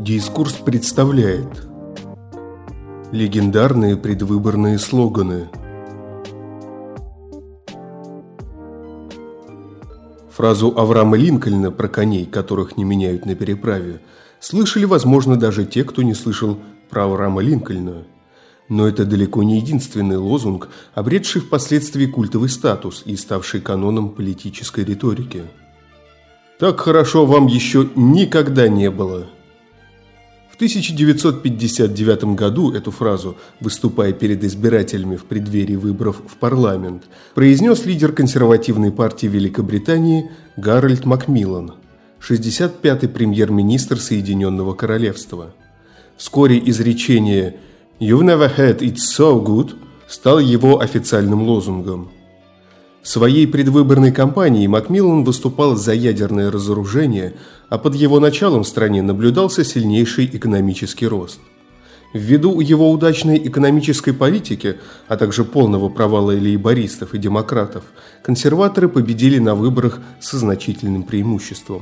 Дискурс представляет легендарные предвыборные слоганы. Фразу Авраама Линкольна про коней, которых не меняют на переправе, слышали, возможно, даже те, кто не слышал про Авраама Линкольна. Но это далеко не единственный лозунг, обретший впоследствии культовый статус и ставший каноном политической риторики. «Так хорошо вам еще никогда не было». В 1959 году эту фразу, выступая перед избирателями в преддверии выборов в парламент, произнес лидер консервативной партии Великобритании Гарольд Макмиллан, 65-й премьер-министр Соединенного Королевства. Вскоре изречение «You've never had it so good» стало его официальным лозунгом. В своей предвыборной кампании Макмиллан выступал за ядерное разоружение, а под его началом в стране наблюдался сильнейший экономический рост. Ввиду его удачной экономической политики, а также полного провала лейбористов и демократов, консерваторы победили на выборах со значительным преимуществом.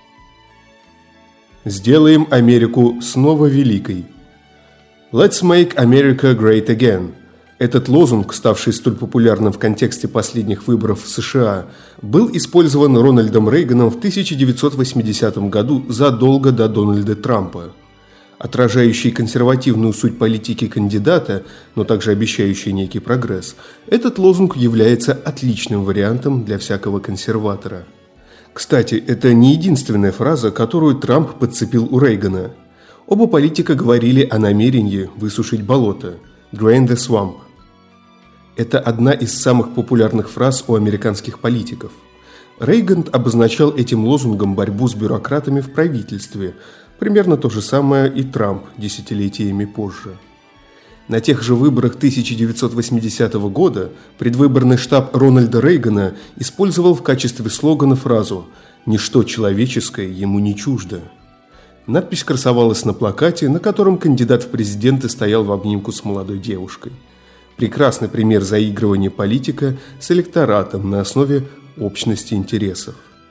«Сделаем Америку снова великой». «Let's make America great again». Этот лозунг, ставший столь популярным в контексте последних выборов в США, был использован Рональдом Рейганом в 1980 году задолго до Дональда Трампа. Отражающий консервативную суть политики кандидата, но также обещающий некий прогресс, этот лозунг является отличным вариантом для всякого консерватора. Кстати, это не единственная фраза, которую Трамп подцепил у Рейгана. Оба политика говорили о намерении высушить болото – «drain the swamp». Это одна из самых популярных фраз у американских политиков. Рейган обозначал этим лозунгом борьбу с бюрократами в правительстве. Примерно то же самое и Трамп десятилетиями позже. На тех же выборах 1980 года предвыборный штаб Рональда Рейгана использовал в качестве слогана фразу «Ничто человеческое ему не чуждо». Надпись красовалась на плакате, на котором кандидат в президенты стоял в обнимку с молодой девушкой. Прекрасный пример заигрывания политика с электоратом на основе общности интересов.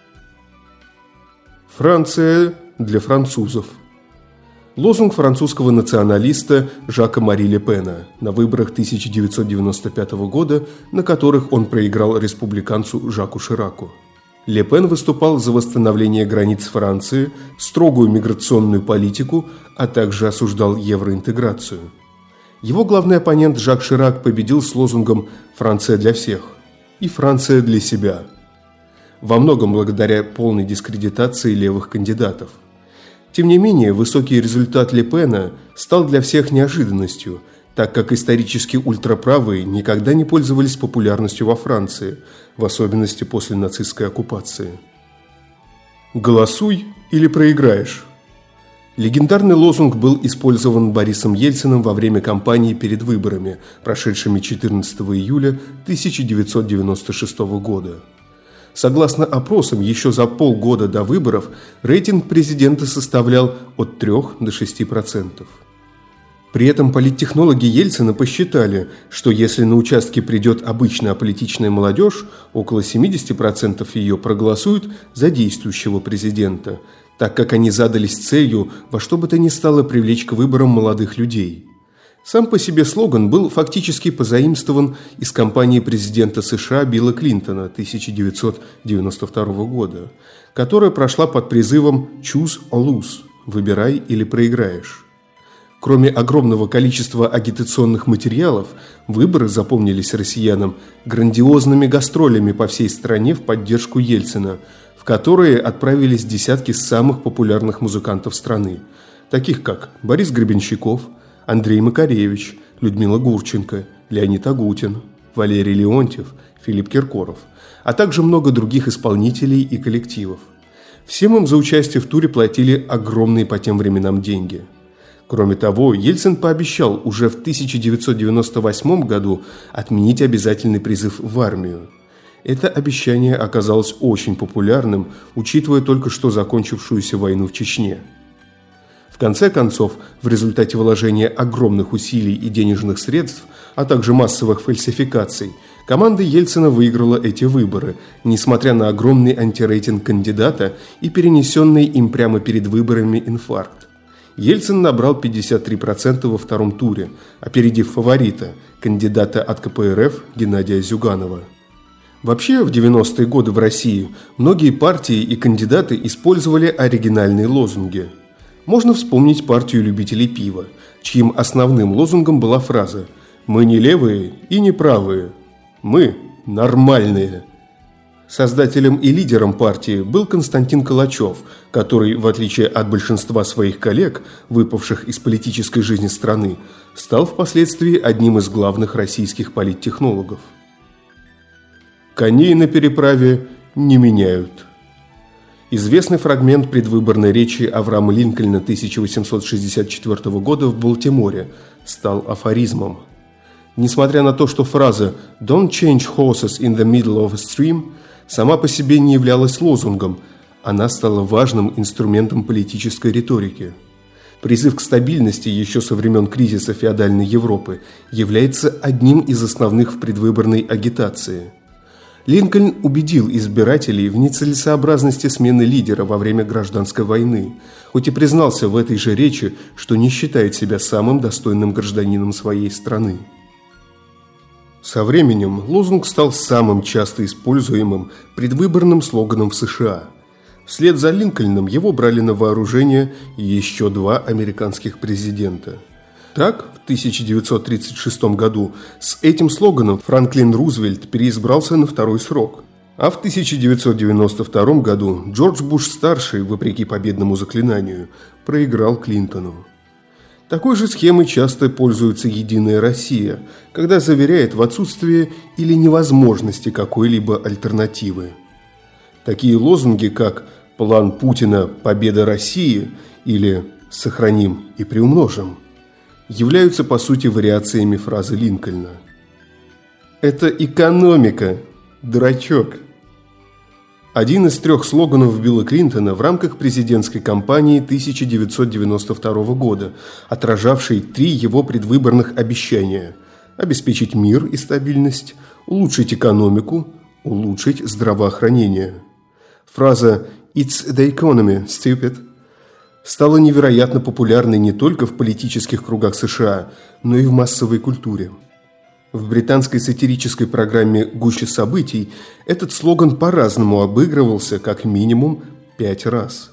Франция для французов. Лозунг французского националиста Жака-Мари Ле Пена на выборах 1995 года, на которых он проиграл республиканцу Жаку Шираку. Ле Пен выступал за восстановление границ Франции, строгую миграционную политику, а также осуждал евроинтеграцию. Его главный оппонент Жак Ширак победил с лозунгом «Франция для всех» и «Франция для себя», во многом благодаря полной дискредитации левых кандидатов. Тем не менее, высокий результат Ле Пена стал для всех неожиданностью, так как исторически ультраправые никогда не пользовались популярностью во Франции, в особенности после нацистской оккупации. «Голосуй или проиграешь». Легендарный лозунг был использован Борисом Ельциным во время кампании перед выборами, прошедшими 14 июля 1996 года. Согласно опросам, еще за полгода до выборов рейтинг президента составлял от 3 до 6%. При этом политтехнологи Ельцина посчитали, что если на участке придет обычная аполитичная молодежь, около 70% ее проголосуют за действующего президента, так как они задались целью во что бы то ни стало привлечь к выборам молодых людей. Сам по себе слоган был фактически позаимствован из кампании президента США Билла Клинтона 1992 года, которая прошла под призывом «Choose or lose» – «Выбирай или проиграешь». Кроме огромного количества агитационных материалов, выборы запомнились россиянам грандиозными гастролями по всей стране в поддержку Ельцина, в которые отправились десятки самых популярных музыкантов страны, таких как Борис Гребенщиков, Андрей Макаревич, Людмила Гурченко, Леонид Агутин, Валерий Леонтьев, Филипп Киркоров, а также много других исполнителей и коллективов. Всем им за участие в туре платили огромные по тем временам деньги. Кроме того, Ельцин пообещал уже в 1998 году отменить обязательный призыв в армию. Это обещание оказалось очень популярным, учитывая только что закончившуюся войну в Чечне. В конце концов, в результате вложения огромных усилий и денежных средств, а также массовых фальсификаций, команда Ельцина выиграла эти выборы, несмотря на огромный антирейтинг кандидата и перенесенный им прямо перед выборами инфаркт. Ельцин набрал 53% во втором туре, опередив фаворита, кандидата от КПРФ Геннадия Зюганова. Вообще, в 90-е годы в России многие партии и кандидаты использовали оригинальные лозунги. Можно вспомнить партию любителей пива, чьим основным лозунгом была фраза «Мы не левые и не правые, мы нормальные». Создателем и лидером партии был Константин Калачев, который, в отличие от большинства своих коллег, выпавших из политической жизни страны, стал впоследствии одним из главных российских политтехнологов. «Коней на переправе не меняют». Известный фрагмент предвыборной речи Авраама Линкольна 1864 года в Балтиморе стал афоризмом. Несмотря на то, что фраза «Don't change horses in the middle of a stream» сама по себе не являлась лозунгом, она стала важным инструментом политической риторики. Призыв к стабильности еще со времен кризиса феодальной Европы является одним из основных в предвыборной агитации. Линкольн убедил избирателей в нецелесообразности смены лидера во время гражданской войны, хоть и признался в этой же речи, что не считает себя самым достойным гражданином своей страны. Со временем лозунг стал самым часто используемым предвыборным слоганом в США. Вслед за Линкольном его брали на вооружение еще два американских президента. Так, в 1936 году с этим слоганом Франклин Рузвельт переизбрался на второй срок. А в 1992 году Джордж Буш-старший, вопреки победному заклинанию, проиграл Клинтону. Такой же схемой часто пользуется «Единая Россия», когда заверяет в отсутствии или невозможности какой-либо альтернативы. Такие лозунги, как «План Путина – победа России» или «Сохраним и приумножим», являются по сути вариациями фразы Линкольна. «Это экономика, дурачок». Один из трех слоганов Билла Клинтона в рамках президентской кампании 1992 года, отражавший три его предвыборных обещания – обеспечить мир и стабильность, улучшить экономику, улучшить здравоохранение. Фраза «It's the economy, stupid» стала невероятно популярной не только в политических кругах США, но и в массовой культуре. В британской сатирической программе «Гуща событий» этот слоган по-разному обыгрывался как минимум 5 раз.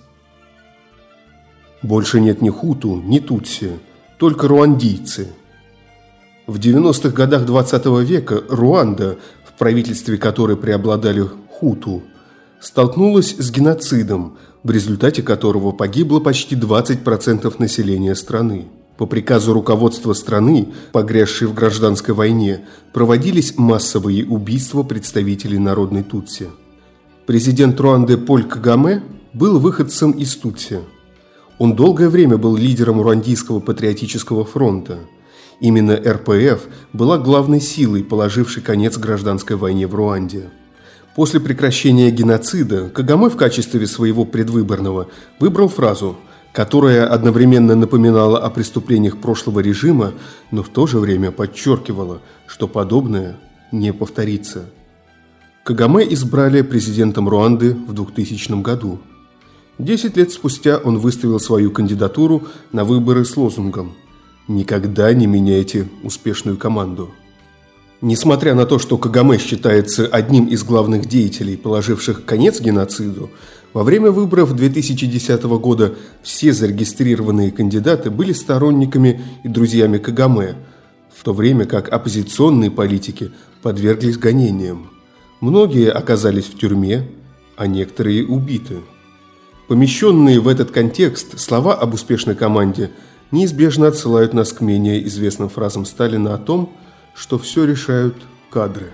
Больше нет ни хуту, ни тутси, только руандийцы. В 90-х годах 20 века Руанда, в правительстве которой преобладали хуту, столкнулась с геноцидом, в результате которого погибло почти 20% населения страны. По приказу руководства страны, погрязшей в гражданской войне, проводились массовые убийства представителей народной Тутси. Президент Руанды Поль Кагаме был выходцем из Тутси. Он долгое время был лидером Руандийского патриотического фронта. Именно РПФ была главной силой, положившей конец гражданской войне в Руанде. После прекращения геноцида Кагаме в качестве своего предвыборного выбрал фразу, которая одновременно напоминала о преступлениях прошлого режима, но в то же время подчеркивала, что подобное не повторится. Кагаме избрали президентом Руанды в 2000 году. 10 лет спустя он выставил свою кандидатуру на выборы с лозунгом «Никогда не меняйте успешную команду». Несмотря на то, что Кагаме считается одним из главных деятелей, положивших конец геноциду, во время выборов 2010 года все зарегистрированные кандидаты были сторонниками и друзьями Кагаме, в то время как оппозиционные политики подверглись гонениям. Многие оказались в тюрьме, а некоторые убиты. Помещенные в этот контекст слова об успешной команде неизбежно отсылают нас к менее известным фразам Сталина о том, что все решают кадры.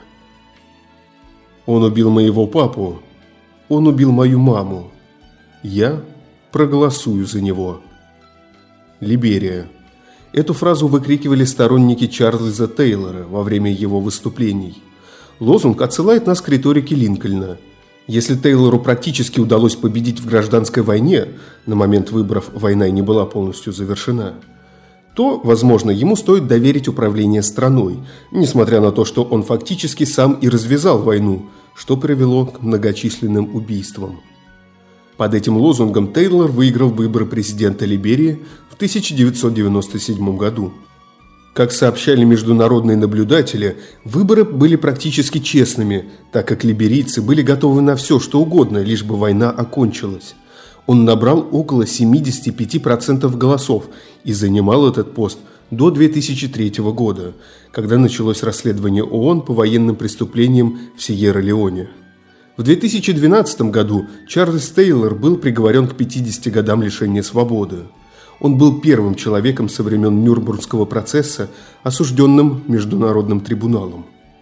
Он убил моего папу, он убил мою маму. Я проголосую за него. Либерия. Эту фразу выкрикивали сторонники Чарльза Тейлора во время его выступлений. Лозунг отсылает нас к риторике Линкольна. Если Тейлору практически удалось победить в гражданской войне, на момент выборов война не была полностью завершена, то, возможно, ему стоит доверить управление страной, несмотря на то, что он фактически сам и развязал войну, что привело к многочисленным убийствам. Под этим лозунгом Тейлор выиграл выборы президента Либерии в 1997 году. Как сообщали международные наблюдатели, выборы были практически честными, так как либерийцы были готовы на все, что угодно, лишь бы война окончилась. Он набрал около 75% голосов и занимал этот пост до 2003 года, когда началось расследование ООН по военным преступлениям в Сьерра-Леоне. В 2012 году Чарльз Тейлор был приговорен к 50 годам лишения свободы. Он был первым человеком со времен Нюрнбергского процесса, осужденным Международным трибуналом.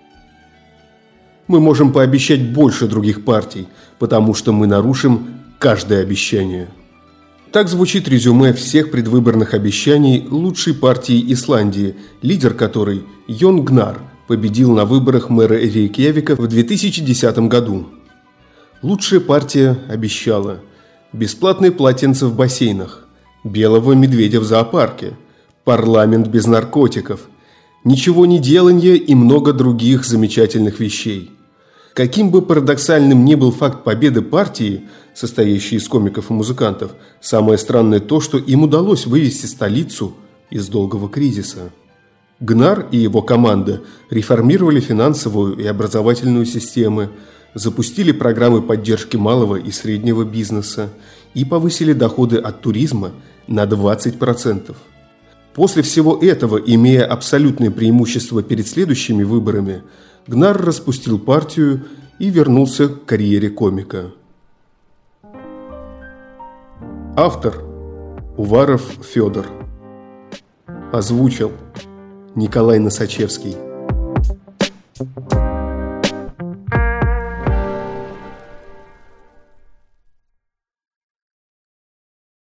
Мы можем пообещать больше других партий, потому что мы нарушим каждое обещание. Так звучит резюме всех предвыборных обещаний лучшей партии Исландии, лидер которой Йон Гнар победил на выборах мэра Рейкьявика в 2010 году. Лучшая партия обещала бесплатные полотенца в бассейнах, белого медведя в зоопарке, парламент без наркотиков, ничего не деланье и много других замечательных вещей. Каким бы парадоксальным ни был факт победы партии, состоящей из комиков и музыкантов, самое странное то, что им удалось вывести столицу из долгого кризиса. Гнар и его команда реформировали финансовую и образовательную системы, запустили программы поддержки малого и среднего бизнеса и повысили доходы от туризма на 20%. После всего этого, имея абсолютное преимущество перед следующими выборами, Гнар распустил партию и вернулся к карьере комика. Автор Уваров Федор. Озвучил Николай Носачевский.